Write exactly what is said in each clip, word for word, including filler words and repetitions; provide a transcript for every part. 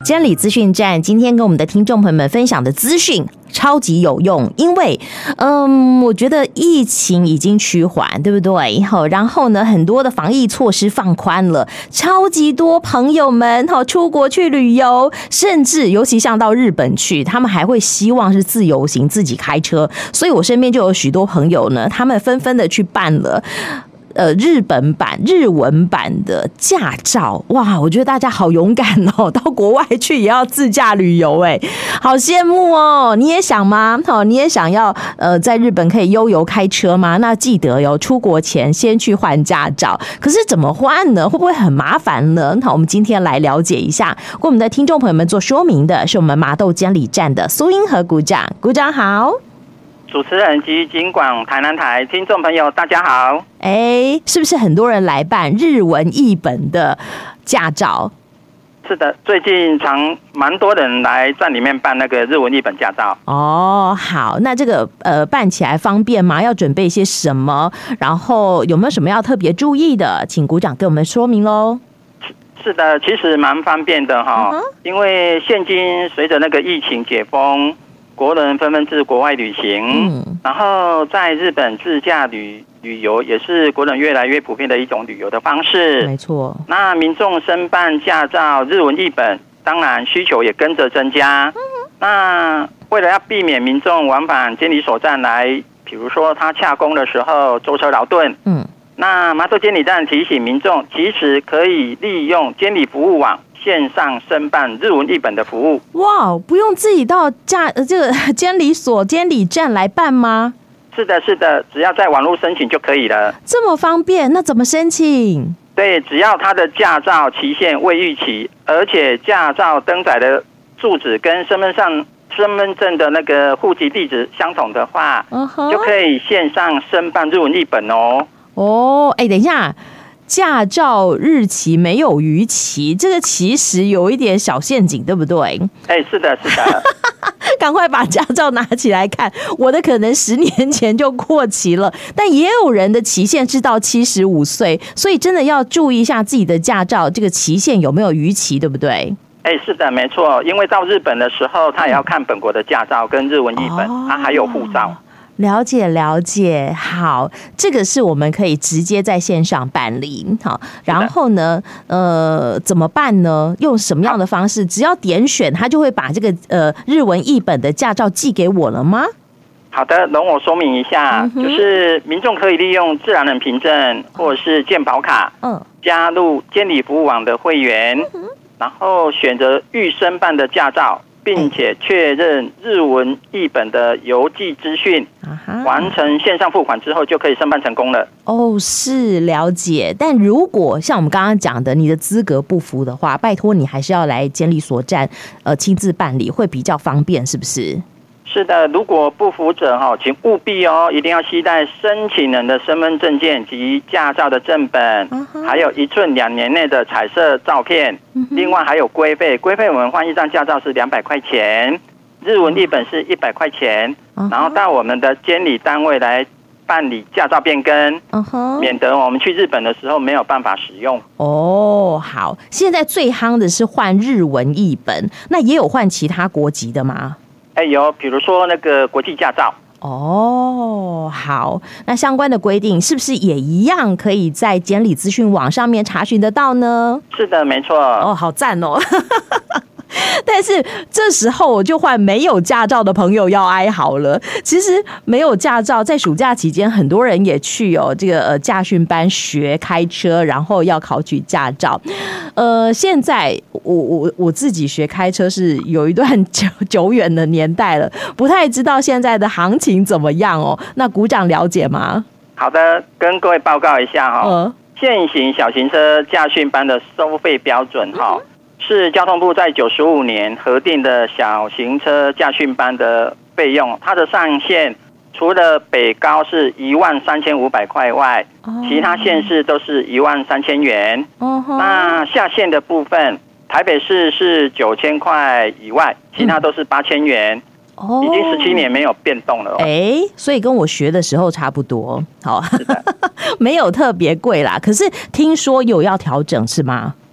监理资讯站今天跟我们的听众朋友们分享的资讯超级有用，因为嗯，我觉得疫情已经趋缓，对不对？好，然后呢，很多的防疫措施放宽了，超级多朋友们好出国去旅游，甚至尤其像到日本去，他们还会希望是自由行，自己开车。所以我身边就有许多朋友呢，他们纷纷的去办了。呃，日本版、日文版的驾照，哇！我觉得大家好勇敢哦，到国外去也要自驾旅游，哎，好羡慕哦！你也想吗？好，你也想要呃，在日本可以悠游开车吗？那记得哟，出国前先去换驾照。可是怎么换呢？会不会很麻烦呢？好，我们今天来了解一下，为我们的听众朋友们做说明的是我们麻豆监理站的苏英和股长，股长好。 主持人及警广台南台听众朋友大家好。 哎，是不是很多人来办日文译本的驾照？ 是的，最近常蛮多人来站里面办那个日文译本驾照。 哦，好，那这个呃办起来方便吗？要准备一些什么？然后有没有什么要特别注意的？请股长给我们说明喽。 是的，其实蛮方便的哈、嗯，因为现今随着那个疫情解封。国人纷纷至国外旅行、嗯，然后在日本自驾旅旅游也是国人越来越普遍的一种旅游的方式。 没错。那民众申办驾照日文译本，当然需求也跟着增加。嗯、那为了要避免民众往返监理所站来，比如说他洽公的时候舟车劳顿，嗯，那麻豆监理站提醒民众，其实可以利用监理服务网。线上申办日文译本的服务， 哇，不用自己到驾这个监理所、监理站来办吗？ 是的，是的，只要在网络申请就可以了。 这么方便，那怎么申请？ 对，只要他的驾照期限未逾期，而且驾照登载的住址跟身份上身份证的那个户籍地址相同的话， uh-huh. 就可以线上申办日文译本哦。 哦，哎，等一下。驾照日期没有逾期，这个其实有一点小陷阱，对不对？ 哎，是的，是的。 赶快把驾照拿起来看，我的可能十年前就过期了，但也有人的期限是到七十五岁，所以真的要注意一下自己的驾照这个期限有没有逾期，对不对？ 哎，是的，没错，因为到日本的时候，他也要看本国的驾照跟日文译本，他、哦、还有护照。 了解了解，好，这个是我们可以直接在线上办理，好，然后呢，呃，怎么办呢？用什么样的方式？只要点选，他就会把这个呃日文译本的驾照寄给我了吗？ 好的，容我说明一下，嗯、就是民众可以利用自然人凭证或者是健保卡，嗯，加入监理服务网的会员，嗯、然后选择预申办的驾照。并且确认日文译本的邮寄资讯，完成线上付款之后，就可以申办成功了。 哦，是了解。但如果像我们刚刚讲的，你的资格不符的话，拜托你还是要来监理所站，呃，亲自办理会比较方便，是不是？ 是的，如果不符者哈，请务必哦，一定要携带申请人的身份证件及驾照的正本， uh-huh. 还有一寸两年内的彩色照片。Uh-huh. 另外还有规费，规费我们换一张驾照是两百块钱，日文译本是一百块钱， uh-huh. 然后到我们的监理单位来办理驾照变更， uh-huh. 免得我们去日本的时候没有办法使用。 哦，好，现在最夯的是换日文译本，那也有换其他国籍的吗？ 哎，有，比如说那个国际驾照。 哦，好，那相关的规定是不是也一样可以在监理资讯网上面查询得到呢？ 是的，没错。 哦，好赞哦！但是这时候我就换没有驾照的朋友要哀嚎了。其实没有驾照，在暑假期间，很多人也去哦这个呃驾训班学开车，然后要考取驾照。呃，现在我我我自己学开车是有一段久久远的年代了，不太知道现在的行情怎么样哦。那股长了解吗？ 好的，跟各位报告一下哈、哦。嗯。现行小型车驾训班的收费标准哈、哦。嗯，是交通部在九十五年核定的小型车驾训班的费用，它的上限除了北高是一万三千五百块外，其他县市都是一万三千元。那下限的部分，台北市是九千块以外，其他都是八千元。已经十七年没有变动了、哦， 哎，所以跟我学的时候差不多，好，没有特别贵啦。可是听说有要调整是吗？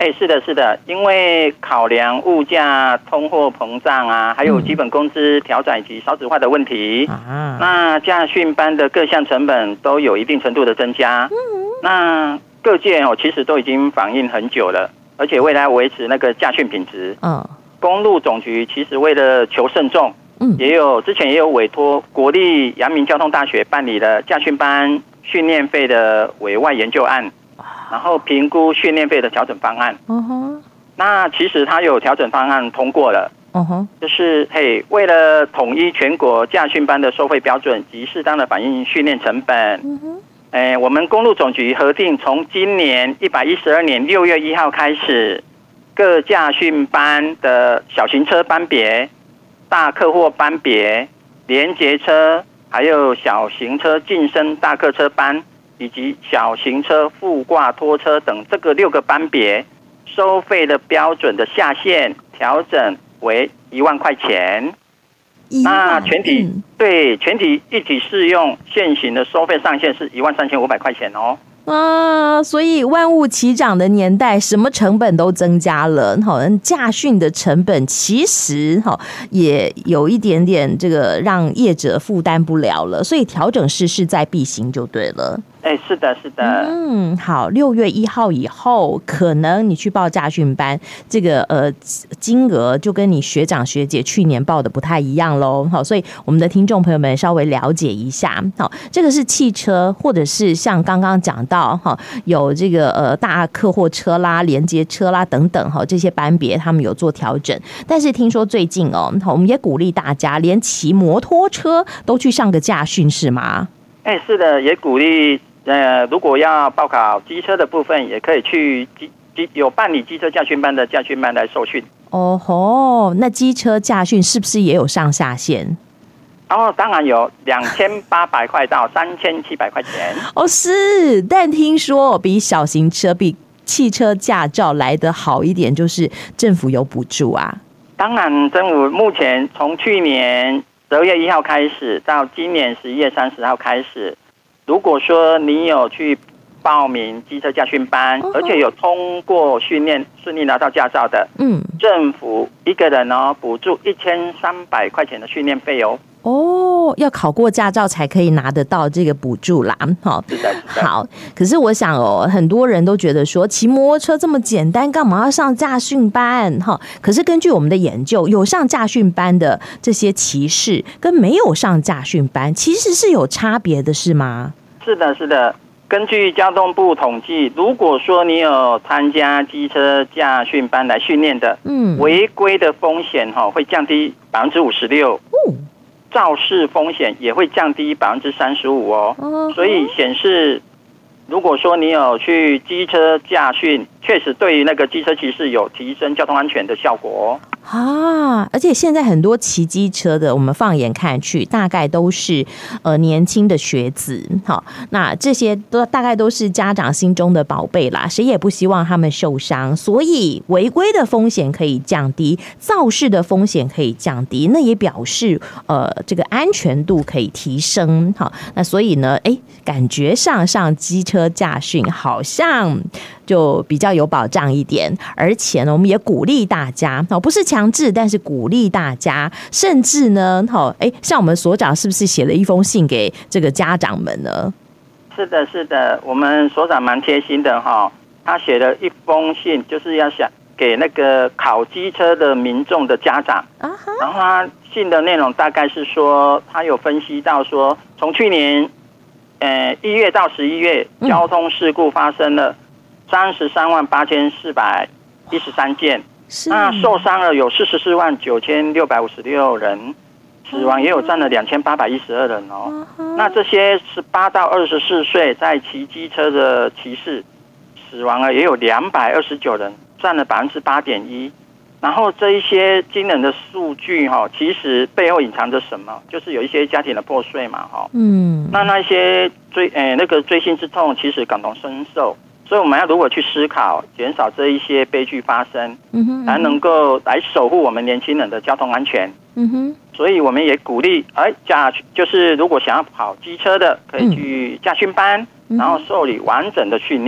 哎，是的，是的，因为考量物价、通货膨胀啊，还有基本工资调整以及少子化的问题，嗯、那驾训班的各项成本都有一定程度的增加。嗯、那各界哦，其实都已经反映很久了，而且为了维持那个驾训品质，嗯，公路总局其实为了求慎重，嗯，也有之前也有委托国立阳明交通大学办理了驾训班训练费的委外研究案。然后评估训练费的调整方案。Uh huh. 那其实它有调整方案通过了。Uh huh. 就是嘿，为了统一全国驾训班的收费标准及适当的反映训练成本， uh huh. 哎，我们公路总局核定，从今年一百一十二年六月一号开始，各驾训班的小型车班别、大客货班别、联结车，还有小型车晋升大客车班。以及小型车、副挂拖车等这个六个班别收费的标准的下限调整为一万块钱。那全体、嗯、对全体一体适用，现行的收费上限是一万三千五百块钱哦。 啊，所以万物齐涨的年代，什么成本都增加了。好，驾训的成本其实好也有一点点这个让业者负担不了了，所以调整是势在必行就对了。 哎，是的，是的。 嗯，好，六月一号以后，可能你去报驾训班，这个呃金额就跟你学长学姐去年报的不太一样喽。好，所以我们的听众朋友们稍微了解一下。好，这个是汽车，或者是像刚刚讲到哈，有这个呃大客货车啦、连接车啦等等哈，这些班别他们有做调整。但是听说最近哦，我们也鼓励大家连骑摩托车都去上个驾训，是吗？ 哎，是的，也鼓励。呃，如果要报考机车的部分，也可以去机机有办理机车驾训班的驾训班来受训。 哦吼，那机车驾训是不是也有上下限？ 哦，当然有，两千八百块到三千七百块钱。 哦，是，但听说比小型车、比汽车驾照来得好一点，就是政府有补助啊。 当然，政府目前从去年十二月一号开始到今年十一月三十号开始。如果说你有去报名机车驾训班， uh-huh. 而且有通过训练顺利拿到驾照的，嗯，政府一个人哦补助一千三百块钱的训练费哦。 哦，要考过驾照才可以拿得到这个补助啦。好， 是的，是的。 好，可是我想哦，很多人都觉得说骑摩托车这么简单，干嘛要上驾训班？哈，可是根据我们的研究，有上驾训班的这些骑士跟没有上驾训班其实是有差别的，是吗？ 是的，是的。根据交通部统计，如果说你有参加机车驾训班来训练的，嗯，违规的风险哈会降低百分之五十六。哦。肇事风险也会降低百分之三十五哦， uh-huh. 所以显示，如果说你有去机车驾训，确实对于那个机车骑士有提升交通安全的效果哦。 啊！而且现在很多骑机车的，我们放眼看去，大概都是呃年轻的学子，好，那这些都大概都是家长心中的宝贝啦，谁也不希望他们受伤，所以违规的风险可以降低，肇事的风险可以降低，那也表示呃这个安全度可以提升，好，那所以呢，哎，感觉上上机车驾训好像就比较有保障一点，而且呢，我们也鼓励大家，不是强制，但是鼓励大家，甚至呢，哎，像我们所长是不是写了一封信给这个家长们呢？ 是的，是的，我们所长蛮贴心的哈，他写了一封信，就是要想给那个考机车的民众的家长，啊、然后他信的内容大概是说，他有分析到说，从去年呃一月到十一月，交通事故发生了三十三万八千四百一十三件。那受伤了有四十四万九千六百五十六人，死亡也有占了两千八百一十二人哦。Uh-huh. 那这些十八到二十四岁在骑机车的骑士，死亡了也有两百二十九人，占了百分之八点一。然后这一些惊人的数据哈、哦，其实背后隐藏着什么？就是有一些家庭的破碎嘛，哈。嗯。那那些追诶那个锥心之痛，其实感同身受。所以我们要如何去思考，减少这一些悲剧发生，嗯哼，才能够来守护我们年轻人的交通安全。嗯哼，所以我们也鼓励，哎，驾就是如果想要跑机车的，可以去驾训班，嗯、然后受理完整的训练。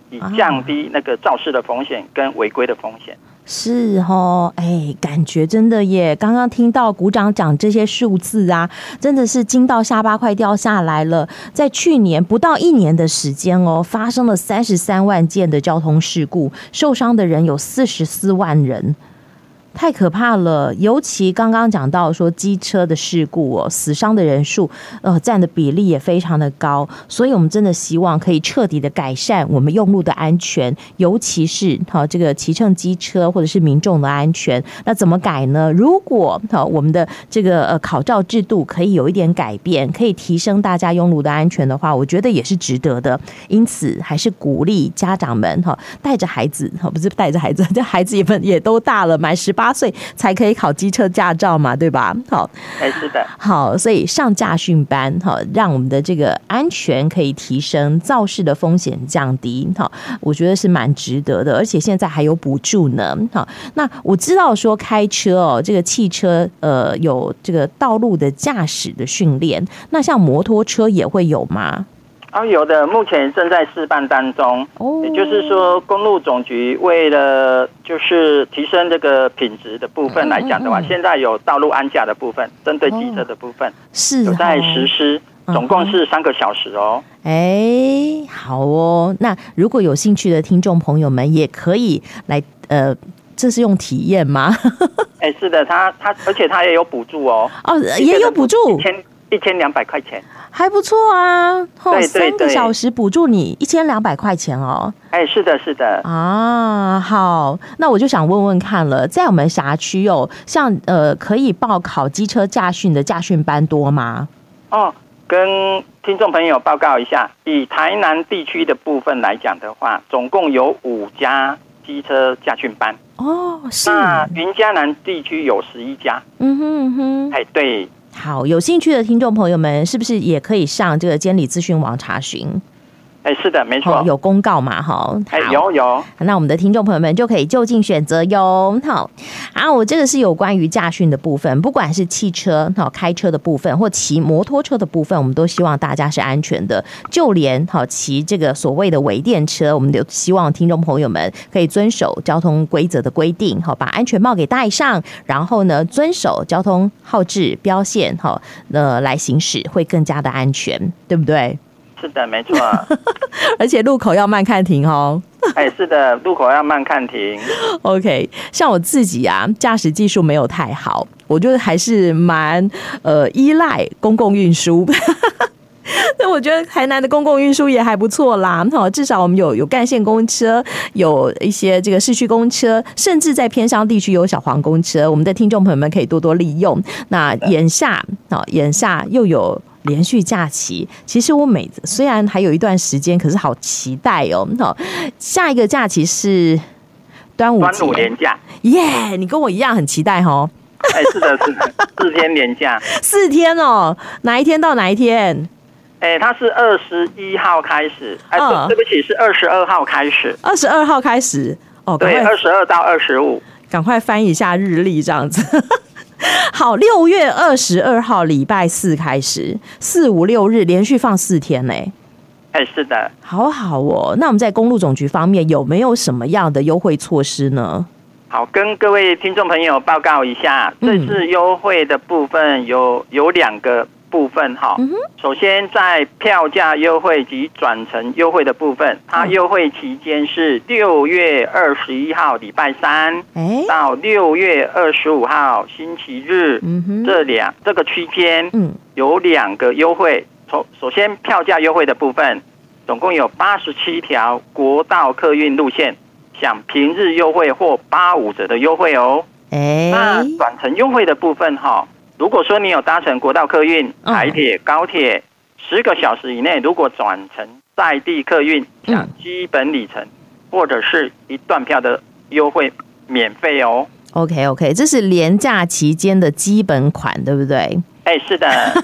以降低那个肇事的风险跟违规的风险。 是哦，哎，感觉真的耶！刚刚听到股长讲这些数字啊，真的是惊到下巴快掉下来了。在去年不到一年的时间哦，发生了三十三万件的交通事故，受伤的人有四十四万人。太可怕了，尤其刚刚讲到说机车的事故哦，死伤的人数呃占的比例也非常的高，所以我们真的希望可以彻底的改善我们用路的安全，尤其是好、这个骑乘机车或者是民众的安全。那怎么改呢？如果好我们的这个呃考照制度可以有一点改变，可以提升大家用路的安全的话，我觉得也是值得的。因此还是鼓励家长们哈带着孩子，不是带着孩子，这孩子也也都大了，满十八岁才可以考机车驾照嘛，对吧？好， 哎，是的， 好，所以上驾训班，好，让我们的这个安全可以提升，肇事的风险降低，好，我觉得是蛮值得的，而且现在还有补助呢。好，那我知道说开车哦，这个汽车呃有这个道路的驾驶的训练，那像摩托车也会有吗？ 哦，有的，目前正在试办当中。哦，也就是说，公路总局为了就是提升这个品质的部分来讲的话，嗯嗯嗯现在有道路安驾的部分，针对机车的部分、哦、是有在实施，总共是三个小时哦。 哎，好哦，那如果有兴趣的听众朋友们，也可以来呃。这是用体验吗？ 哎，是的，他他而且他也有补助哦。 哦，也有补助， 一千一千两百块钱， 还不错啊。哦， 对对对， 三个小时补助你一千两百块钱哦。 哎，是的，是的。 啊，好，那我就想问问看了，在我们辖区哦，像呃可以报考机车驾训的驾训班多吗？ 哦，跟听众朋友报告一下，以台南地区的部分来讲的话，总共有五家机车驾训班。 哦，是。 那云嘉南地区有十一家。 嗯哼嗯哼。 哎，对。 好，有兴趣的听众朋友们，是不是也可以上这个监理资讯网查询？ 哎，是的，没错、哦， 有公告嘛，哈， 哎，有有， 那我们的听众朋友们就可以就近选择哟。好，啊，我这个是有关于驾训的部分，不管是汽车、好开车的部分，或骑摩托车的部分，我们都希望大家是安全的。就连好骑这个所谓的微电车，我们都希望听众朋友们可以遵守交通规则的规定，好把安全帽给戴上，然后呢遵守交通号志标线，好呃来行驶会更加的安全，对不对？ 是的，没错。 而且路口要慢看停哦。 哎，是的，路口要慢看停。 OK， 像我自己啊，驾驶技术没有太好，我觉得还是蛮呃依赖公共运输。那我觉得台南的公共运输也还不错啦，至少我们有有干线公车，有一些这个市区公车，甚至在偏乡地区有小黄公车，我们的听众朋友们可以多多利用。那眼下眼下又有连续假期，其实我每虽然还有一段时间，可是好期待哦。下一个假期是端午节， 端午连假， 耶、yeah, ！你跟我一样很期待哦。 哎，是的，是的，四天连假， 四天哦，哪一天到哪一天？ 哎，它是二十一号开始，哎，嗯、对不起，是二十二号开始， 二十二号开始哦， 对，二十二到二十五， 赶快翻一下日历，这样子。好，六月二十二号礼拜四开始，四五六日连续放四天呢。 哎，是的， 好好哦。那我们在公路总局方面有没有什么样的优惠措施呢？ 好，跟各位听众朋友报告一下，这次优惠的部分有有两个部分哈。嗯、首先，在票价优惠及转乘优惠的部分，它优惠期间是六月二十一号礼拜三、欸、到六月二十五号星期日，嗯、这两这个区间有两个优惠。首首先，票价优惠的部分，总共有八十七条国道客运路线，享平日优惠或八五折的优惠哦。欸、那转乘优惠的部分哈。如果说你有搭乘国道客运、台铁、高铁，十个小时以内，如果转乘在地客运，享基本里程、嗯、或者是一段票的优惠免费哦。 OK OK， 这是连假期间的基本款，对不对？ 哎，是的。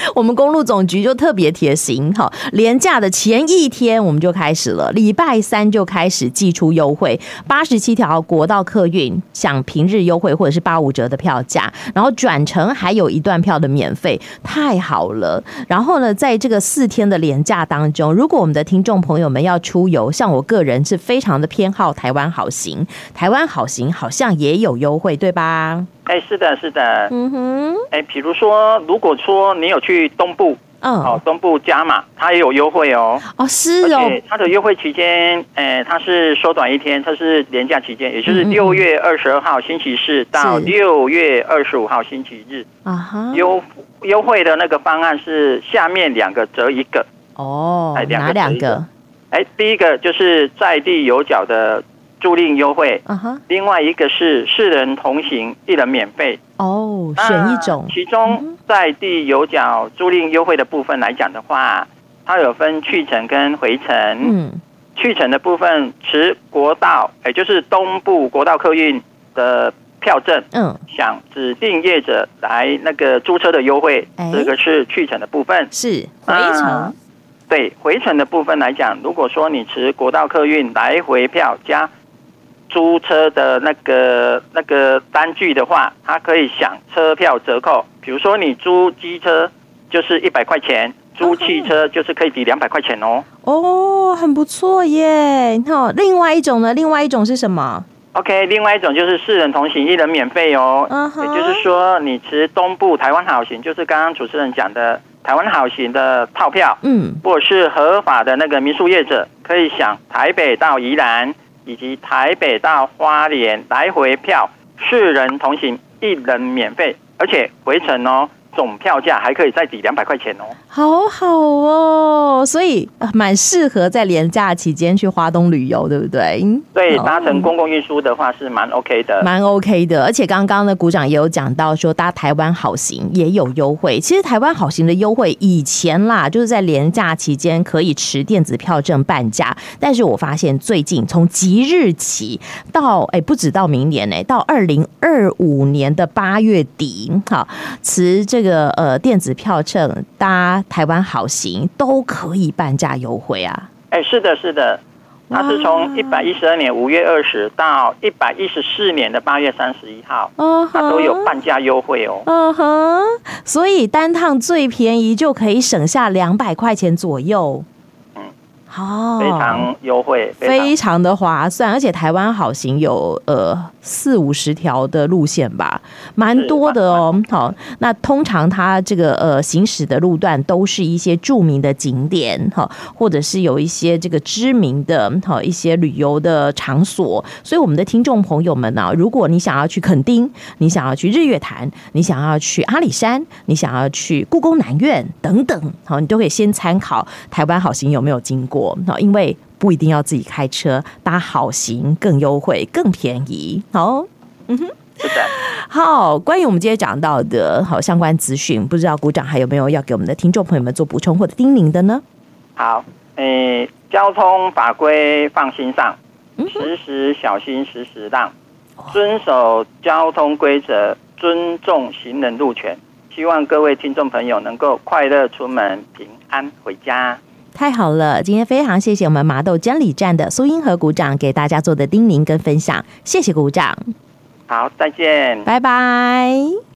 我们公路总局就特别贴心，好，连假的前一天我们就开始了，礼拜三就开始寄出优惠，八十七条国道客运享平日优惠或者是八五折的票价，然后转乘还有一段票的免费，太好了。然后呢，在这个四天的连假当中，如果我们的听众朋友们要出游，像我个人是非常的偏好台湾好行，台湾好行好像也有优惠，对吧？ 哎，是的，是的， 嗯哼， 哎，比如说，如果说你有去东部，嗯，哦，东部加码，它也有优惠哦。 哦，是哦， 它的优惠期间，哎，它是缩短一天，它是连假期间，也就是六月二十二号星期四到六月二十五号星期日。啊哈，优优惠的那个方案是下面两个折一个。 哦，哎，哪两个？ 哎，第一个就是在地有脚的租赁优惠， uh-huh. 另外一个是四人同行一人免费哦，选一种。 其中在地有脚租赁优惠的部分来讲的话，它有分去程跟回程。嗯，去程的部分持国道，也就是东部国道客运的票证，嗯，享指定业者来那个租车的优惠，这个是去程的部分。 是回程。 对，回程的部分来讲，如果说你持国道客运来回票加租车的那个那个单据的话，它可以享车票折扣。比如说你租机车就是一百块钱，租汽车就是可以抵两百块钱哦。 哦，很不错耶！好，另外一种呢？另外一种是什么 ？OK， 另外一种就是四人同行一人免费哦。Uh-huh. 也就是说，你持东部台湾好行，就是刚刚主持人讲的台湾好行的套票，嗯，或者是合法的那个民宿业者，可以享台北到宜兰以及台北到花莲来回票，四人同行一人免费，而且回程哦，总票价还可以再抵两百块钱哦。 好好哦，所以蛮适合在连假期间去花东旅游，对不对？ 对，搭乘公共运输的话是蛮 OK 的， 蛮 OK 的。而且刚刚的股长也有讲到说，搭台湾好行也有优惠。其实台湾好行的优惠以前啦，就是在连假期间可以持电子票证半价，但是我发现最近从即日起到哎，不止到明年哎，到二零二五年的八月底，好，持这个呃电子票证搭台湾好行都可以半价优惠啊！ 哎，是的，是的，它是从一百一十二年五月二十到一百一十四年的八月三十一号， uh-huh. 它都有半价优惠哦。 嗯哼，所以单趟最便宜就可以省下两百块钱左右。 哦，非常优惠， 非常, 非常的划算，而且台湾好行有呃四五十条的路线吧，蛮多的哦。好，那通常它这个呃行驶的路段都是一些著名的景点哈，或者是有一些这个知名的哈一些旅游的场所，所以我们的听众朋友们呢、啊，如果你想要去垦丁，你想要去日月潭，你想要去阿里山，你想要去故宫南院等等，好，你都可以先参考台湾好行有没有经过。因为不一定要自己开车，搭好行更优惠更便宜。好，嗯哼， 是的。 好，关于我们今天讲到的好相关资讯，不知道股长还有没有要给我们的听众朋友们做补充或者叮咛的呢？ 好，诶，交通法规放心上，时时小心时时让，遵守交通规则，尊重行人路权。希望各位听众朋友能够快乐出门，平安回家。 太好了，今天非常谢谢我们麻豆监理站的苏英和股长给大家做的叮咛跟分享，谢谢股长。 好，再见， 拜拜。